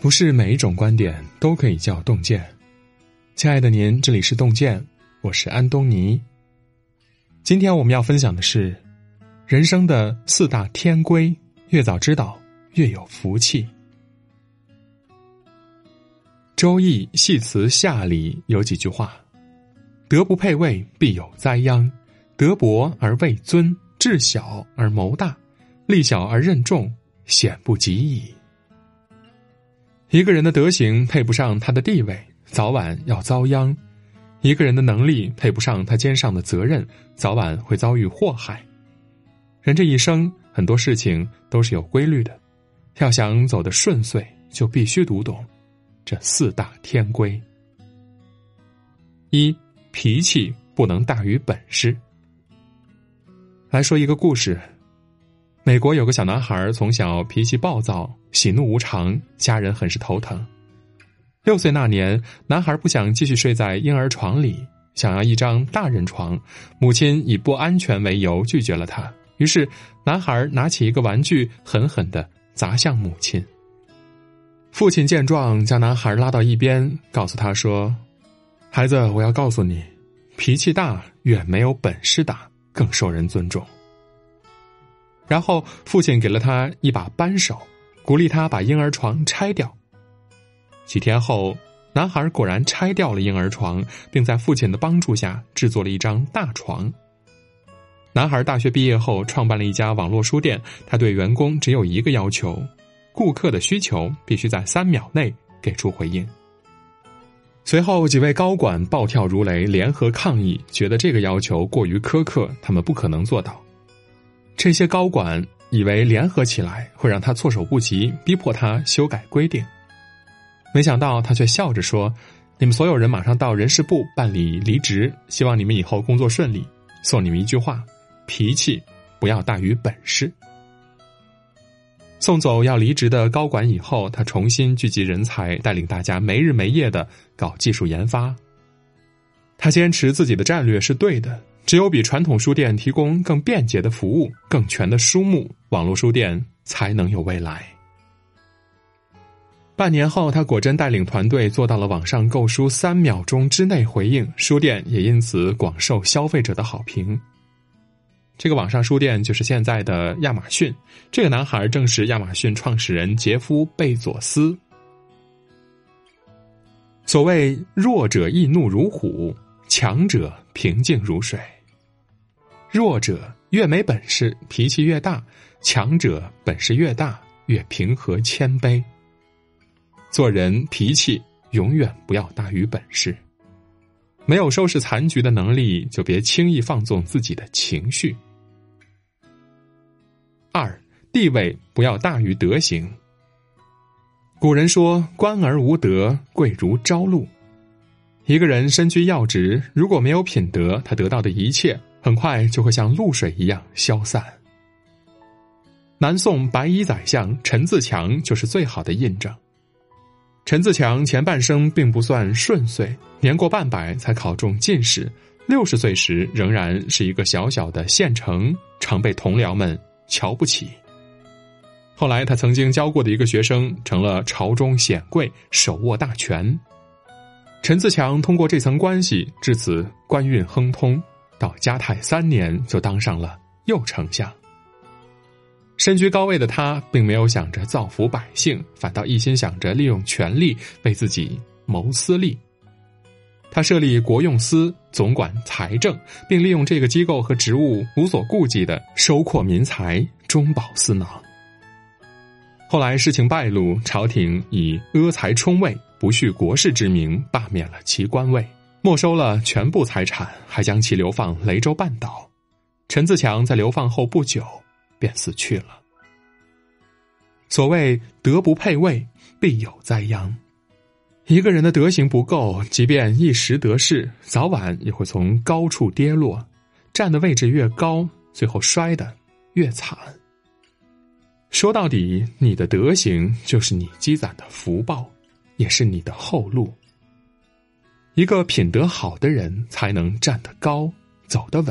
不是每一种观点都可以叫洞见。亲爱的您，这里是洞见，我是安东尼。今天我们要分享的是人生的4大天规，越早知道越有福气。周易系辞下里有几句话：德不配位，必有灾殃；德薄而位尊，智小而谋大，力小而任重，险不及矣。一个人的德行配不上他的地位，早晚要遭殃；一个人的能力配不上他肩上的责任，早晚会遭遇祸害。人这一生，很多事情都是有规律的，要想走得顺遂，就必须读懂这4大天规。1. 脾气不能大于本事。来说一个故事。美国有个小男孩，从小脾气暴躁，喜怒无常，家人很是头疼。6岁那年，男孩不想继续睡在婴儿床里，想要一张大人床，母亲以不安全为由拒绝了他。于是男孩拿起一个玩具，狠狠地砸向母亲。父亲见状，将男孩拉到一边，告诉他说：孩子，我要告诉你，脾气大远没有本事大更受人尊重。然后父亲给了他一把扳手，鼓励他把婴儿床拆掉。几天后，男孩果然拆掉了婴儿床，并在父亲的帮助下制作了一张大床。男孩大学毕业后创办了一家网络书店，他对员工只有一个要求：顾客的需求必须在3秒内给出回应。随后几位高管暴跳如雷，联合抗议，觉得这个要求过于苛刻，他们不可能做到。这些高管以为联合起来会让他措手不及，逼迫他修改规定。没想到他却笑着说：你们所有人马上到人事部办理离职，希望你们以后工作顺利。送你们一句话：脾气不要大于本事。送走要离职的高管以后，他重新聚集人才，带领大家没日没夜地搞技术研发。他坚持自己的战略是对的，只有比传统书店提供更便捷的服务、更全的书目，网络书店才能有未来。半年后，他果真带领团队做到了网上购书3秒钟之内回应，书店也因此广受消费者的好评。这个网上书店就是现在的亚马逊，这个男孩正是亚马逊创始人杰夫·贝佐斯。所谓弱者易怒如虎，强者平静如水。弱者越没本事，脾气越大；强者本事越大，越平和谦卑。做人脾气永远不要大于本事，没有收拾残局的能力，就别轻易放纵自己的情绪。2. 地位不要大于德行。古人说：官而无德，贵如朝露。一个人身居要职，如果没有品德，他得到的一切很快就会像露水一样消散。南宋白衣宰相陈自强就是最好的印证。陈自强前半生并不算顺遂，年过半百才考中进士，60岁时仍然是一个小小的县城，常被同僚们瞧不起。后来他曾经教过的一个学生成了朝中显贵，手握大权。陈自强通过这层关系，至此官运亨通，到嘉泰3年就当上了右丞相。身居高位的他并没有想着造福百姓，反倒一心想着利用权力为自己谋私利。他设立国用司，总管财政，并利用这个机构和职务无所顾忌地收括民财，中饱私囊。后来事情败露，朝廷以阿财充位，不恤国事之名罢免了其官位，没收了全部财产，还将其流放雷州半岛。陈自强在流放后不久便死去了。所谓德不配位，必有灾殃。一个人的德行不够，即便一时得势，早晚也会从高处跌落，站的位置越高，最后摔得越惨。说到底，你的德行就是你积攒的福报，也是你的后路。一个品德好的人才能站得高，走得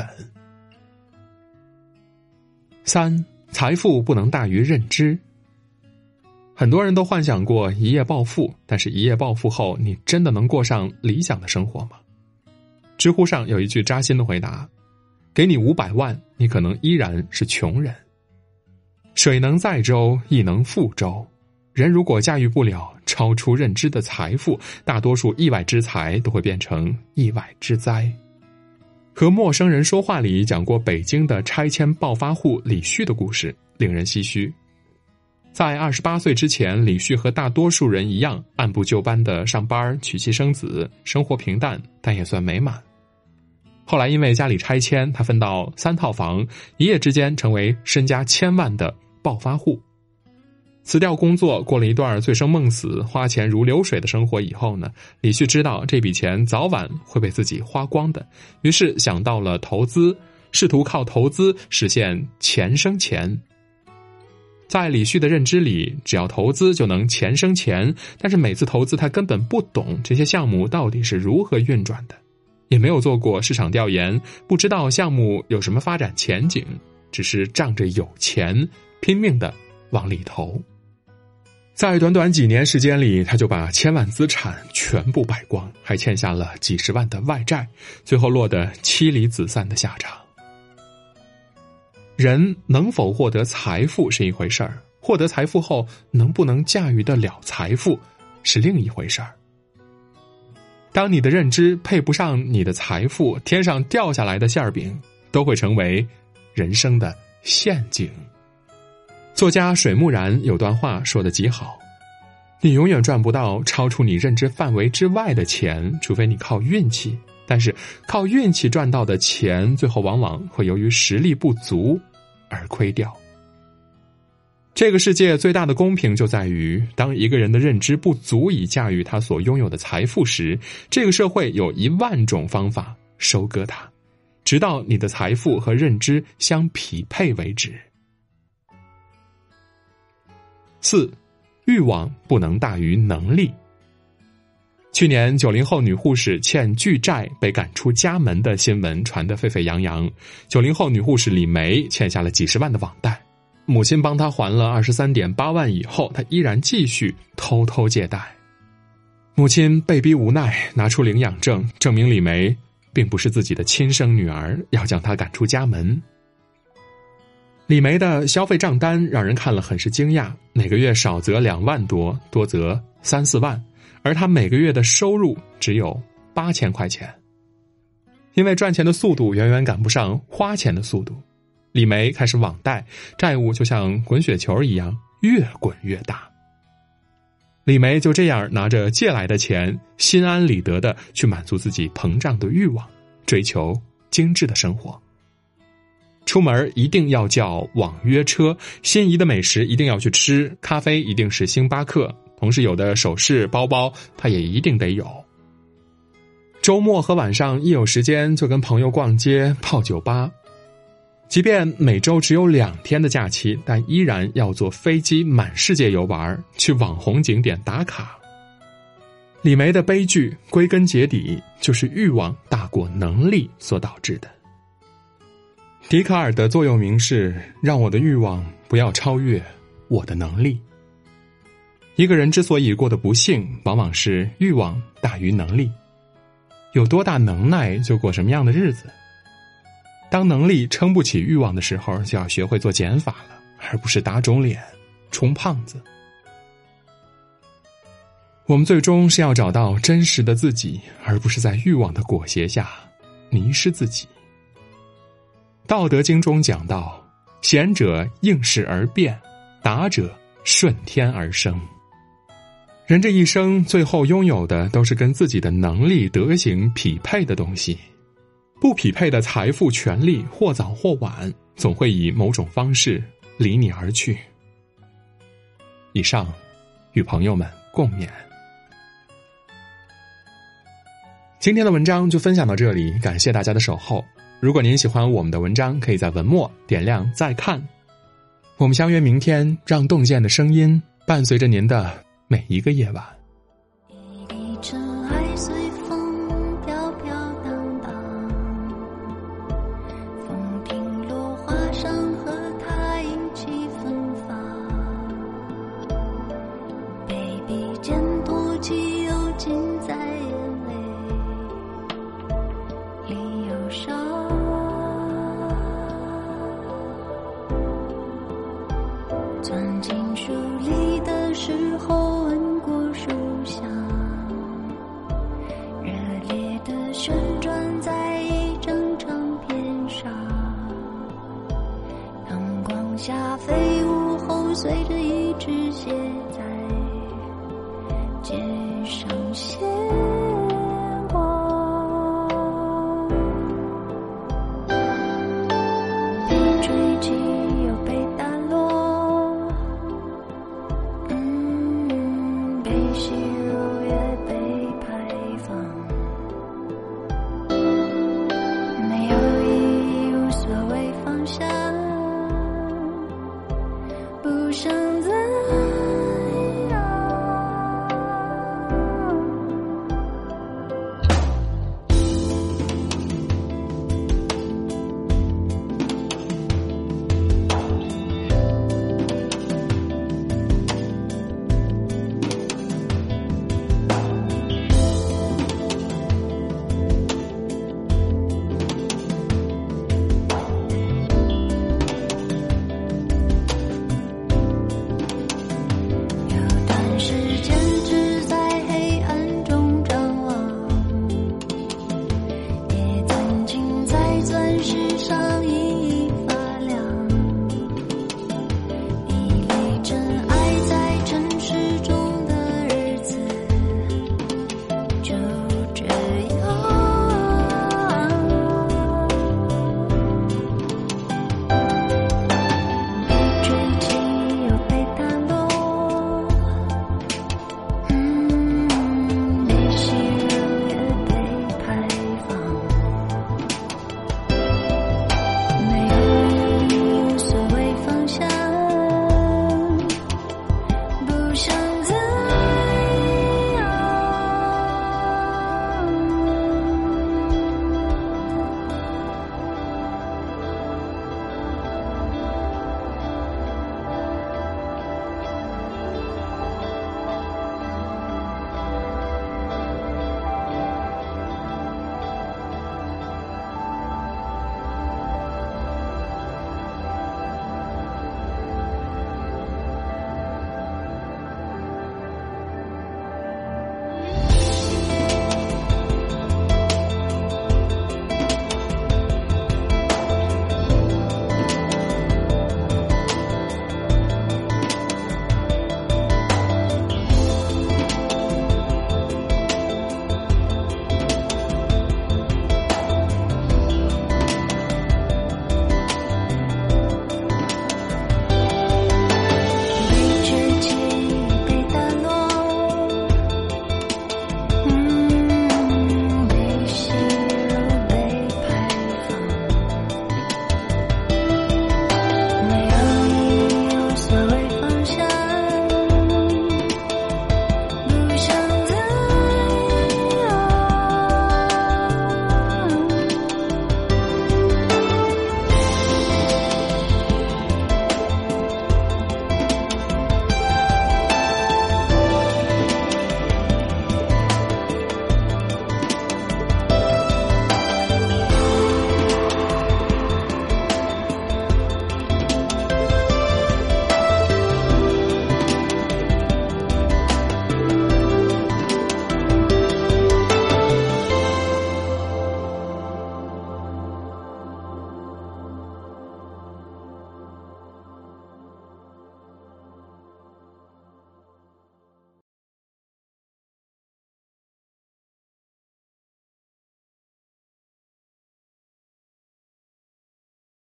稳。3. 财富不能大于认知。 很多人都幻想过一夜暴富，但是一夜暴富后，你真的能过上理想的生活吗？知乎上有一句扎心的回答：给你500万，你可能依然是穷人。水能载舟，亦能覆舟。人如果驾驭不了超出认知的财富，大多数意外之财都会变成意外之灾。和陌生人说话里讲过北京的拆迁暴发户李旭的故事，令人唏嘘。在28岁之前，李旭和大多数人一样，按部就班的上班，娶妻生子，生活平淡，但也算美满。后来因为家里拆迁，他分到3套房，一夜之间成为身家1000万的暴发户。辞掉工作，过了一段醉生梦死、花钱如流水的生活以后呢，李旭知道这笔钱早晚会被自己花光的，于是想到了投资，试图靠投资实现钱生钱。在李旭的认知里，只要投资就能钱生钱，但是每次投资他根本不懂这些项目到底是如何运转的，也没有做过市场调研，不知道项目有什么发展前景，只是仗着有钱拼命的往里投。在短短几年时间里，他就把1000万资产全部败光，还欠下了几十万的外债，最后落得妻离子散的下场。人能否获得财富是一回事儿，获得财富后能不能驾驭得了财富是另一回事儿。当你的认知配不上你的财富，天上掉下来的馅饼都会成为人生的陷阱。作家水木然有段话说得极好：你永远赚不到超出你认知范围之外的钱，除非你靠运气，但是靠运气赚到的钱，最后往往会由于实力不足而亏掉。这个世界最大的公平就在于，当一个人的认知不足以驾驭他所拥有的财富时，这个社会有10000种方法收割他，直到你的财富和认知相匹配为止。4. 欲望不能大于能力。去年90后女护士欠巨债被赶出家门的新闻传得沸沸扬扬。90后女护士李梅欠下了几十万的网贷，母亲帮她还了23.8万以后，她依然继续偷偷借贷。母亲被逼无奈拿出领养证，证明李梅并不是自己的亲生女儿，要将她赶出家门。李梅的消费账单让人看了很是惊讶，每个月少则2万多，多则3、4万，而她每个月的收入只有8000块钱。因为赚钱的速度远远赶不上花钱的速度，李梅开始网贷，债务就像滚雪球一样越滚越大。李梅就这样拿着借来的钱，心安理得的去满足自己膨胀的欲望，追求精致的生活。出门一定要叫网约车，心仪的美食一定要去吃，咖啡一定是星巴克，同事有的首饰包包他也一定得有。周末和晚上一有时间就跟朋友逛街泡酒吧，即便每周只有2天的假期，但依然要坐飞机满世界游玩，去网红景点打卡。李梅的悲剧归根结底就是欲望大过能力所导致的。笛卡尔的座右铭是：让我的欲望不要超越我的能力。一个人之所以过得不幸，往往是欲望大于能力。有多大能耐就过什么样的日子。当能力撑不起欲望的时候，就要学会做减法了，而不是打肿脸充胖子。我们最终是要找到真实的自己，而不是在欲望的裹挟下迷失自己。道德经中讲到：贤者应势而变，达者顺天而生。人这一生最后拥有的都是跟自己的能力德行匹配的东西，不匹配的财富权利或早或晚总会以某种方式离你而去。以上与朋友们共勉。今天的文章就分享到这里，感谢大家的守候。如果您喜欢我们的文章，可以在文末点亮再看。我们相约明天，让洞见的声音伴随着您的每一个夜晚。 一粒尘埃随风飘飘荡荡，风停落花上和它一起芬芳。 树里的时候闻过书香，热烈的旋转在一张唱片上，阳光下飞舞后随着一只鞋在街上闲逛，被追击又被打落，被吸入也被排放，没有意义，无所谓方向，不想